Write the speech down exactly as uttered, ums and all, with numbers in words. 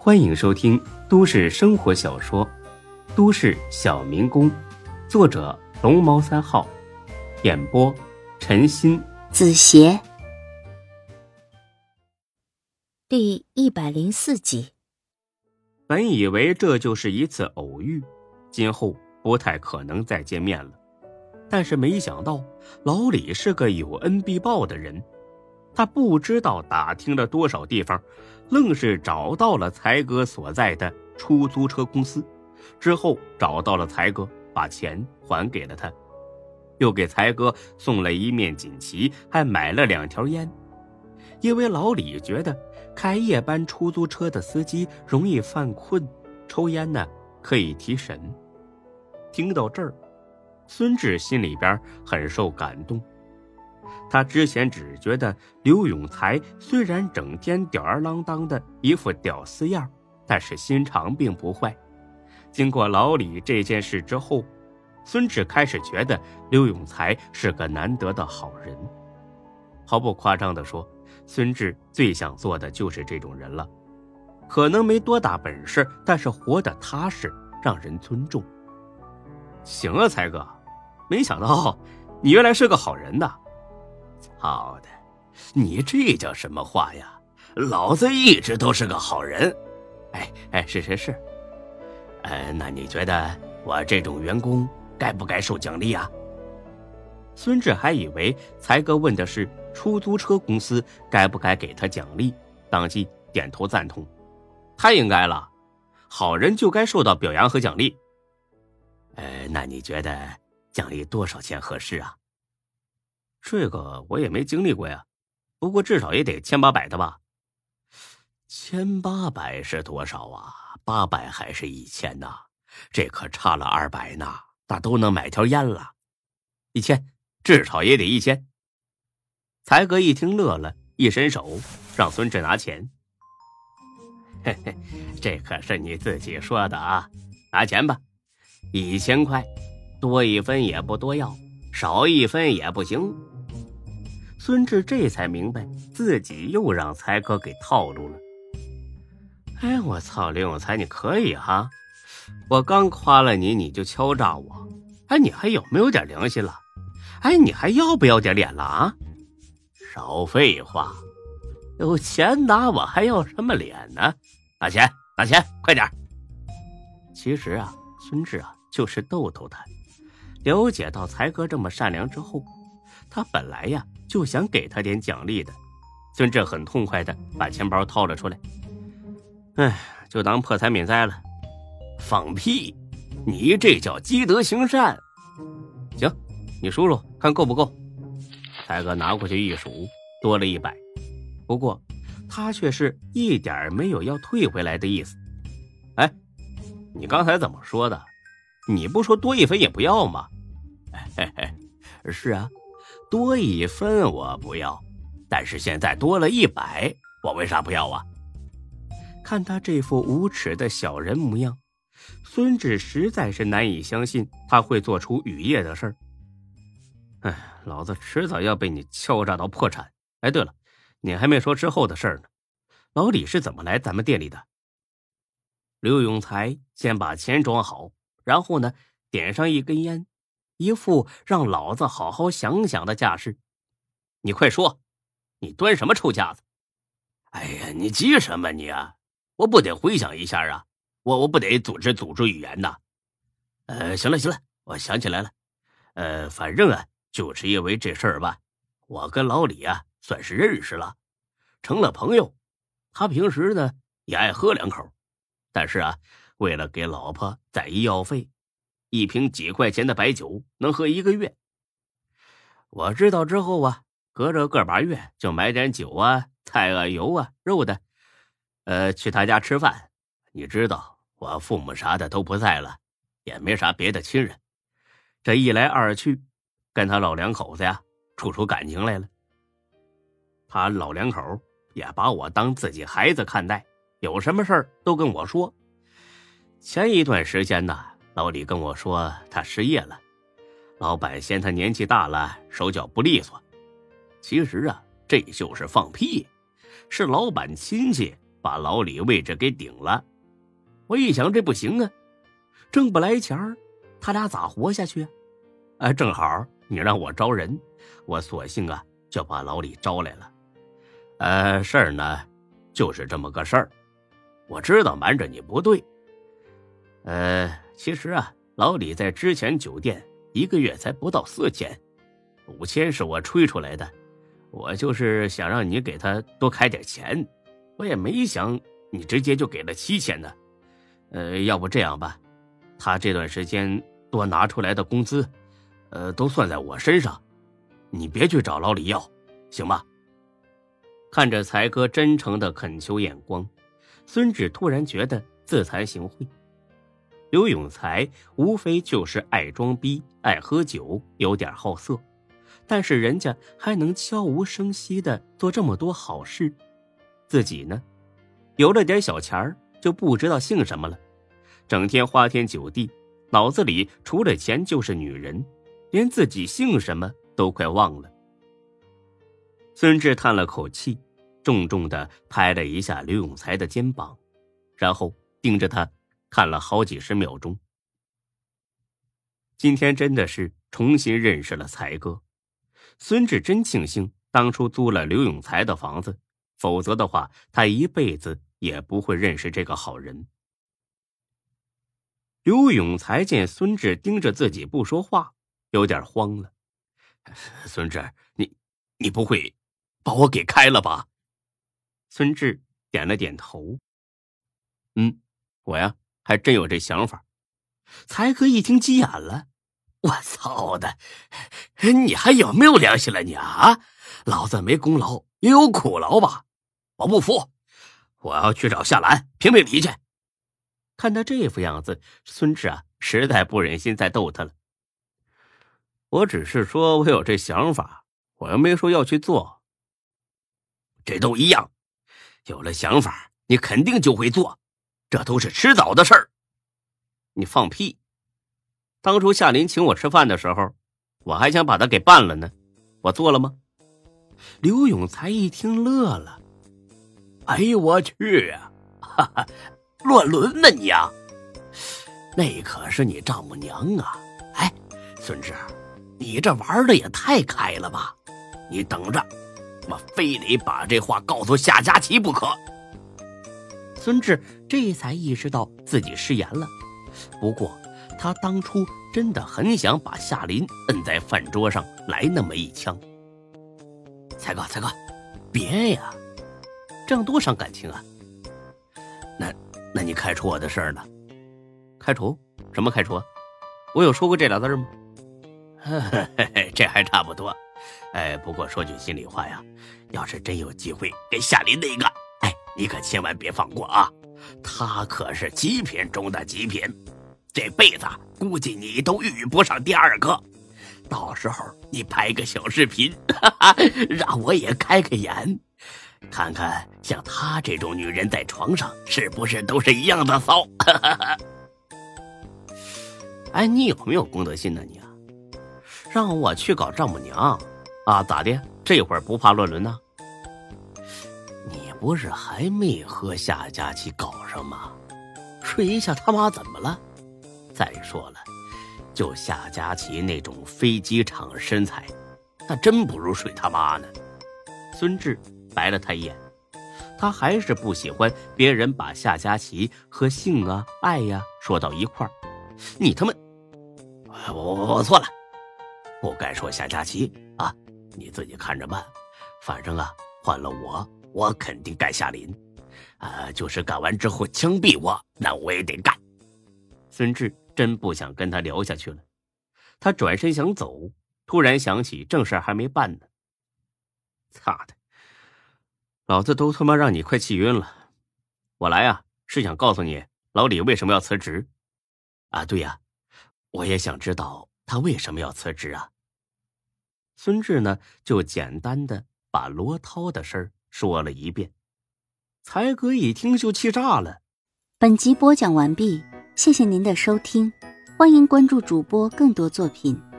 欢迎收听都市生活小说《都市小民工》，作者龙猫三号，演播陈鑫、 子邪。第一百零四集。 本以为这就是一次偶遇，今后不太可能再见面了，但是没想到老李是个有恩必报的人，他不知道打听了多少地方，愣是找到了才哥所在的出租车公司，之后找到了才哥，把钱还给了他，又给才哥送了一面锦旗，还买了两条烟。因为老李觉得开夜班出租车的司机容易犯困，抽烟呢可以提神。听到这儿，孙志心里边很受感动。他之前只觉得刘永才虽然整天吊儿郎当的一副屌丝样，但是心肠并不坏。经过老李这件事之后，孙志开始觉得刘永才是个难得的好人。毫不夸张地说，孙志最想做的就是这种人了。可能没多大本事，但是活得踏实，让人尊重。行啊，才哥，没想到你原来是个好人呐。 操的，你这叫什么话呀？老子一直都是个好人。 哎哎，是是是。 呃，那你觉得我这种员工该不该受奖励啊？ 孙志还以为才哥问的是出租车公司该不该给他奖励，当即点头赞同。太应该了，好人就该受到表扬和奖励。 呃，那你觉得奖励多少钱合适啊？ 这个我也没经历过呀，不过至少也得千八百的吧。 千八百是多少啊？八百还是一千呐？这可差了二百呢，那都能买条烟了。 一千，至少也得一千。才哥一听乐了，一伸手让孙志拿钱。 嘿嘿，这可是你自己说的啊，拿钱吧，一千块，多一分也不多要，少一分也不行。 孙志这才明白自己又让才哥给套路了。哎，我操，刘永才你可以哈！我刚夸了你，你就敲诈我。哎，你还有没有点良心了？哎，你还要不要点脸了啊？ 少废话，有钱拿我还要什么脸呢？拿钱，拿钱，快点！ 其实啊，孙志啊就是逗逗他。了解到才哥这么善良之后，他本来呀就想给他点奖励的。孙志很痛快的把钱包掏了出来。哎，就当破财免灾了。 放屁！你这叫积德行善。 行，你数数看够不够。才哥拿过去一数，多了一百。不过他却是一点没有要退回来的意思。哎，你刚才怎么说的？你不说多一分也不要吗？ 嘿嘿，是啊，多一分我不要，但是现在多了一百，我为啥不要啊？ 看他这副无耻的小人模样，孙志实在是难以相信他会做出雨夜的事儿。哎，老子迟早要被你敲诈到破产。哎，对了，你还没说之后的事儿呢。老李是怎么来咱们店里的？刘永才先把钱装好，然后呢，点上一根烟，一副让老子好好想想的架势。你快说，你端什么臭架子？ 哎呀，你急什么你啊？我不得回想一下啊，我我不得组织组织语言呐。呃，行了行了，我想起来了。呃，反正啊，就是因为这事儿吧，我跟老李啊算是认识了，成了朋友。他平时呢也爱喝两口，但是啊，为了给老婆攒医药费，一瓶几块钱的白酒能喝一个月。我知道之后啊，隔着个把月就买点酒啊、菜啊、油啊、肉的，呃，去他家吃饭。你知道我父母啥的都不在了，也没啥别的亲人，这一来二去，跟他老两口子呀处出感情来了。他老两口也把我当自己孩子看待，有什么事儿都跟我说。前一段时间呢，老李跟我说他失业了，老板嫌他年纪大了，手脚不利索。其实啊，这就是放屁，是老板亲戚把老李位置给顶了。我一想这不行啊，挣不来钱儿，他俩咋活下去啊？啊，正好你让我招人，我索性啊就把老李招来了。呃，事儿呢就是这么个事儿，我知道瞒着你不对。呃，其实啊，老李在之前酒店一个月才不到四千，五千是我吹出来的。我就是想让你给他多开点钱，我也没想你直接就给了七千呢。呃，要不这样吧，他这段时间多拿出来的工资，呃，都算在我身上，你别去找老李要，行吗？看着才哥真诚的恳求眼光，孙志突然觉得自惭形秽。刘永才无非就是爱装逼、爱喝酒，有点好色，但是人家还能悄无声息的做这么多好事，自己呢，有了点小钱儿就不知道姓什么了，整天花天酒地，脑子里除了钱就是女人，连自己姓什么都快忘了。孙志叹了口气，重重地拍了一下刘永才的肩膀，然后盯着他看了好几十秒钟。今天真的是重新认识了才哥，孙志真庆幸当初租了刘永才的房子，否则的话他一辈子也不会认识这个好人。刘永才见孙志盯着自己不说话，有点慌了。孙志，你你不会把我给开了吧？孙志点了点头。嗯，我呀还真有这想法。才哥一听急眼了，我操的，你还有没有良心了你啊？老子没功劳也有苦劳吧？我不服，我要去找夏兰评评理去。看他这副样子，孙志啊实在不忍心再逗他了。我只是说我有这想法，我又没说要去做。这都一样，有了想法你肯定就会做，这都是迟早的事儿。你放屁！当初夏林请我吃饭的时候，我还想把他给办了呢，我做了吗？刘永才一听乐了，哎呦我去啊，哈哈，乱伦呢你啊！那可是你丈母娘啊！哎，孙志，你这玩的也太开了吧！你等着，我非得把这话告诉夏佳琪不可。孙志这才意识到自己失言了，不过他当初真的很想把夏林摁在饭桌上来那么一枪。才哥才哥，别呀，这样多伤感情啊。那那你开除我的事儿呢？开除？什么开除？我有说过这俩字吗？这还差不多。哎，不过说句心里话呀，要是真有机会跟夏林那个，哎，你可千万别放过啊！他可是极品中的极品，这辈子估计你都遇不上第二个。到时候你拍个小视频，哈哈，让我也开开眼，看看像她这种女人在床上是不是都是一样的骚。哈哈。哎，你有没有公德心呢你啊？让我去搞丈母娘啊？咋的？这会儿不怕乱伦呢？你不是还没和夏佳琪搞上吗？睡一下他妈怎么了？再说了，就夏佳琪那种飞机场身材，那真不如睡他妈呢。孙志白了他一眼，他还是不喜欢别人把夏佳琪和性啊、爱呀、啊、说到一块儿。你他妈，我我我错了，不该说夏佳琪啊，你自己看着办。反正啊，换了我，我肯定干夏林。啊，就是干完之后枪毙我，那我也得干。孙志真不想跟他聊下去了，他转身想走，突然想起正事还没办呢。操的，老子都他妈让你快气晕了。我来啊，是想告诉你老李为什么要辞职。啊，对呀，我也想知道他为什么要辞职啊。孙志呢，就简单的把罗涛的事儿说了一遍。才哥一听就气炸了。 本集播讲完毕，谢谢您的收听，欢迎关注主播更多作品。